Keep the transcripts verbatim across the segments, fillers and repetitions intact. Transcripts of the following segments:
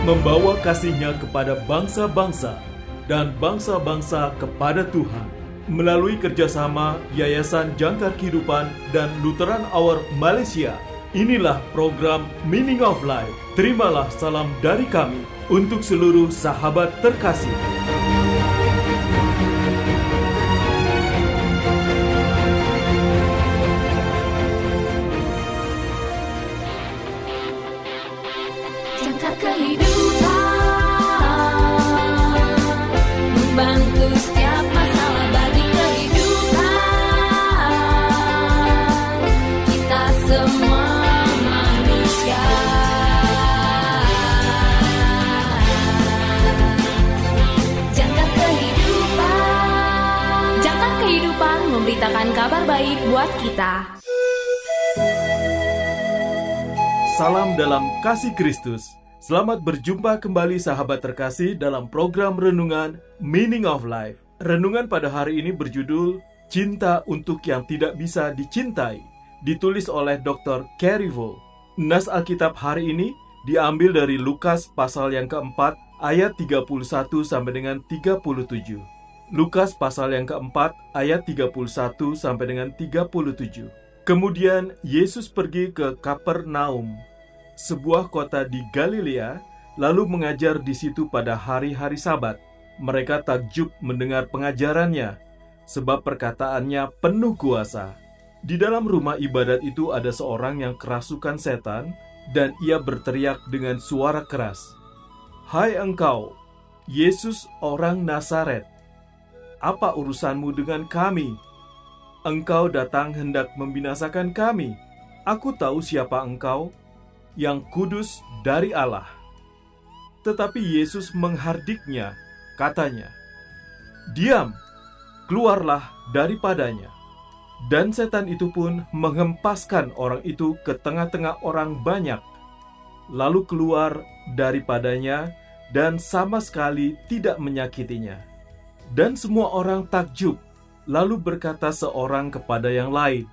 membawa kasih-Nya kepada bangsa-bangsa dan bangsa-bangsa kepada Tuhan. Melalui kerjasama Yayasan Jangkar Kehidupan dan Lutheran Hour Malaysia, inilah program Meaning of Life. Terimalah salam dari kami untuk seluruh sahabat terkasih. Jangkar kehidupan, membantu setiap masalah bagi kehidupan kita semua manusia. Jangkar kehidupan, Jangkar kehidupan memberitakan kabar baik buat kita. Salam dalam kasih Kristus. Selamat berjumpa kembali sahabat terkasih dalam program renungan Meaning of Life. Renungan pada hari ini berjudul Cinta untuk yang tidak bisa dicintai, ditulis oleh doktor Carey Vo. Nas Alkitab hari ini diambil dari Lukas pasal yang keempat ayat tiga puluh satu sampai dengan tiga puluh tujuh. Lukas pasal yang keempat ayat tiga puluh satu sampai dengan tiga puluh tujuh. Kemudian Yesus pergi ke Kapernaum, sebuah kota di Galilea, lalu mengajar di situ pada hari-hari Sabat. Mereka takjub mendengar pengajarannya, sebab perkataannya penuh kuasa. Di dalam rumah ibadat itu ada seorang yang kerasukan setan, dan ia berteriak dengan suara keras, "Hai engkau, Yesus orang Nazaret, apa urusanmu dengan kami? Engkau datang hendak membinasakan kami. Aku tahu siapa engkau, yang kudus dari Allah." Tetapi Yesus menghardiknya, katanya, "Diam, keluarlah daripadanya." Dan setan itu pun menghempaskan orang itu ke tengah-tengah orang banyak, lalu keluar daripadanya dan sama sekali tidak menyakitinya. Dan semua orang takjub, lalu berkata seorang kepada yang lain,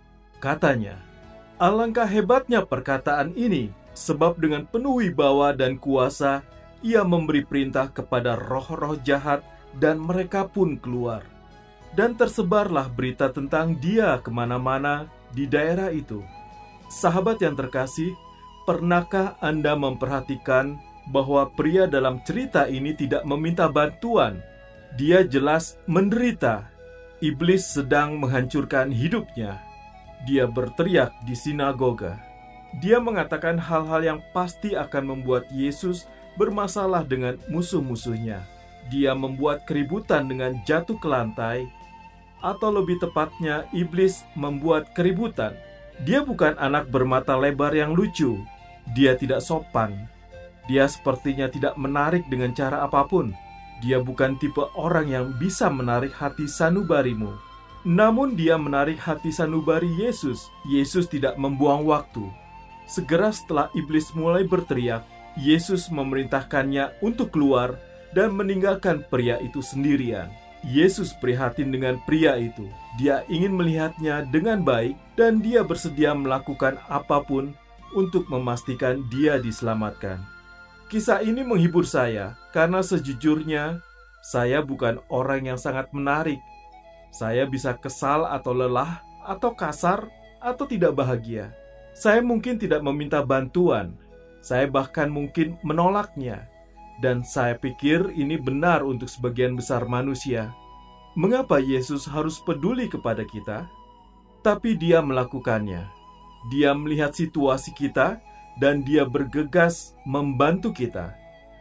katanya, "Alangkah hebatnya perkataan ini, sebab dengan penuh wibawa dan kuasa, ia memberi perintah kepada roh-roh jahat, dan mereka pun keluar." Dan tersebarlah berita tentang dia kemana-mana di daerah itu. Sahabat yang terkasih, pernahkah Anda memperhatikan bahwa pria dalam cerita ini tidak meminta bantuan? Dia jelas menderita. Iblis sedang menghancurkan hidupnya. Dia berteriak di sinagoga. Dia mengatakan hal-hal yang pasti akan membuat Yesus bermasalah dengan musuh-musuhnya. Dia membuat keributan dengan jatuh ke lantai, atau lebih tepatnya iblis membuat keributan. Dia bukan anak bermata lebar yang lucu. Dia tidak sopan. Dia sepertinya tidak menarik dengan cara apapun. Dia bukan tipe orang yang bisa menarik hati sanubarimu. Namun dia menarik hati sanubari Yesus. Yesus tidak membuang waktu. Segera setelah iblis mulai berteriak, Yesus memerintahkannya untuk keluar dan meninggalkan pria itu sendirian. Yesus prihatin dengan pria itu. Dia ingin melihatnya dengan baik dan dia bersedia melakukan apapun untuk memastikan dia diselamatkan. Kisah ini menghibur saya karena sejujurnya saya bukan orang yang sangat menarik. Saya bisa kesal atau lelah, atau kasar, atau tidak bahagia. Saya mungkin tidak meminta bantuan. Saya bahkan mungkin menolaknya. Dan saya pikir ini benar untuk sebagian besar manusia. Mengapa Yesus harus peduli kepada kita? Tapi dia melakukannya. Dia melihat situasi kita, dan dia bergegas membantu kita.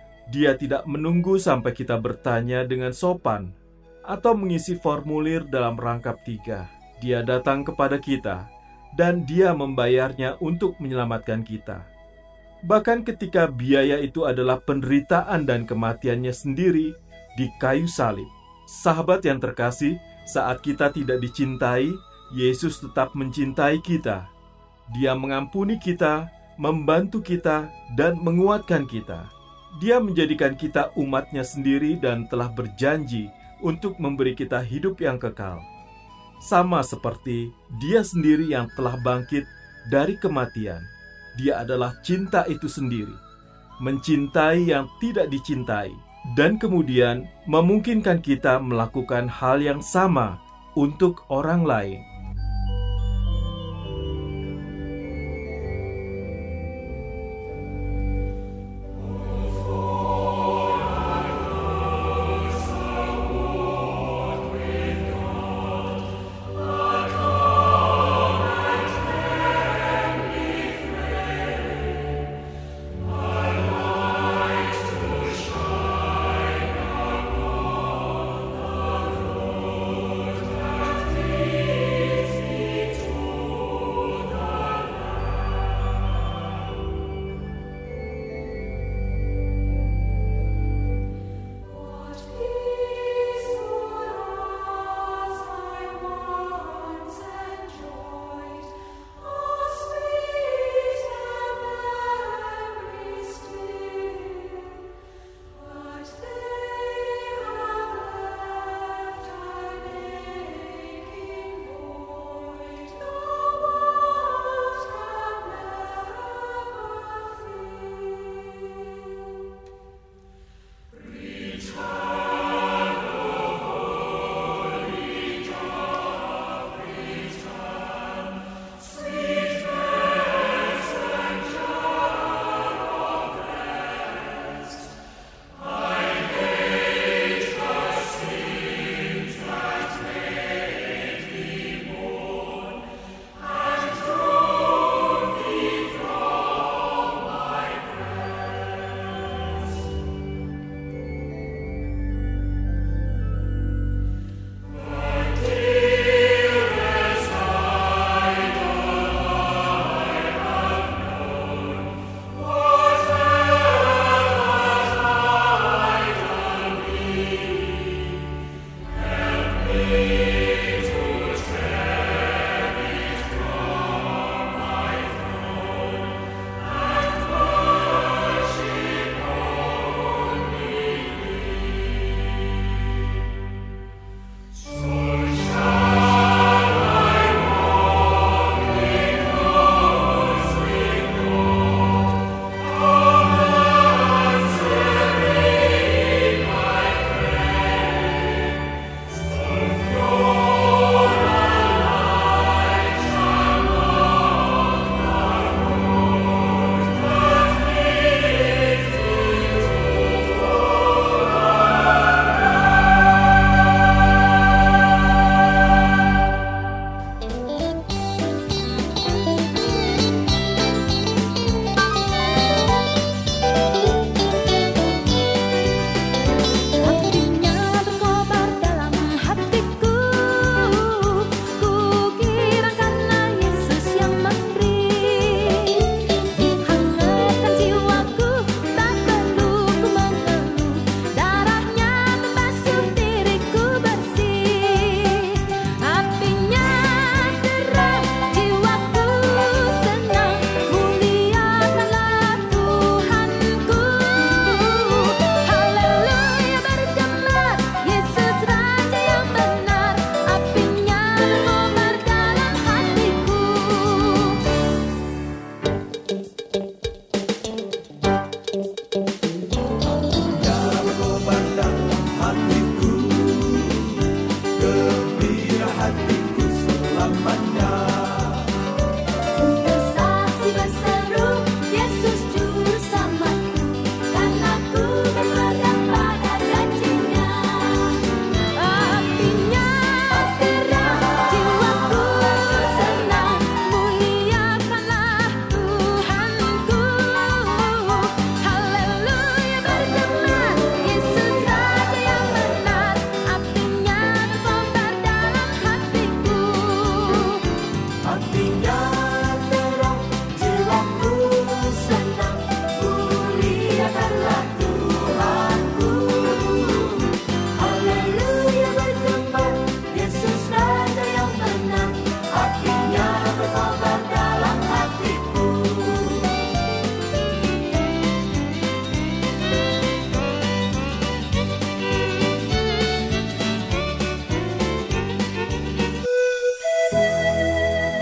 Dia tidak menunggu sampai kita bertanya dengan sopan atau mengisi formulir dalam rangkap tiga. Dia datang kepada kita dan dia membayarnya untuk menyelamatkan kita. Bahkan ketika biaya itu adalah penderitaan dan kematiannya sendiri di kayu salib. Sahabat yang terkasih, saat kita tidak dicintai, Yesus tetap mencintai kita. Dia mengampuni kita, membantu kita, dan menguatkan kita. Dia menjadikan kita umatnya sendiri dan telah berjanji untuk memberi kita hidup yang kekal. Sama seperti dia sendiri yang telah bangkit dari kematian. Dia adalah cinta itu sendiri. mencintai yang tidak dicintai, dan kemudian memungkinkan kita melakukan hal yang sama untuk orang lain.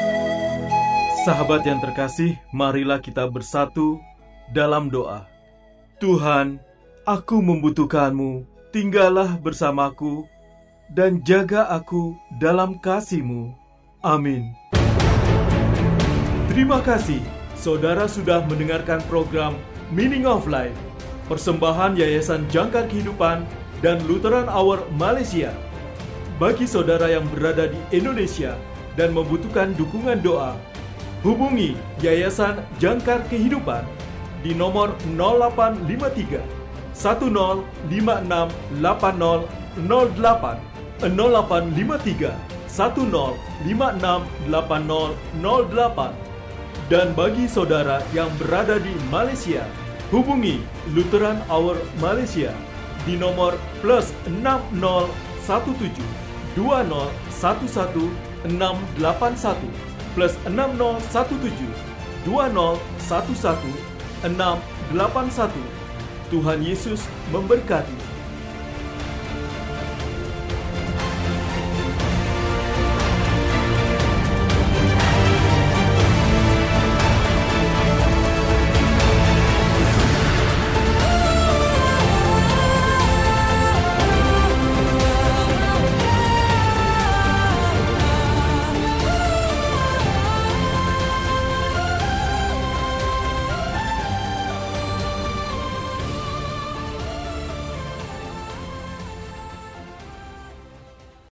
Sahabat yang terkasih, marilah kita bersatu dalam doa. Tuhan, aku membutuhkan-Mu. Tinggallah bersamaku dan jaga aku dalam kasih-Mu. Amin. Terima kasih, saudara sudah mendengarkan program Meaning of Life, persembahan Yayasan Jangkar Kehidupan dan Lutheran Hour Malaysia. Bagi saudara yang berada di Indonesia dan membutuhkan dukungan doa, hubungi Yayasan Jangkar Kehidupan di nomor nol delapan lima tiga, satu nol lima enam delapan nol nol delapan, nol delapan lima tiga, satu nol lima enam delapan nol nol delapan. Dan bagi saudara yang berada di Malaysia, hubungi Lutheran Hour Malaysia di nomor plus enam nol satu tujuh dua nol satu satu enam delapan satu plus enam nol satu tujuh dua nol satu satu enam delapan satu. Tuhan Yesus memberkati.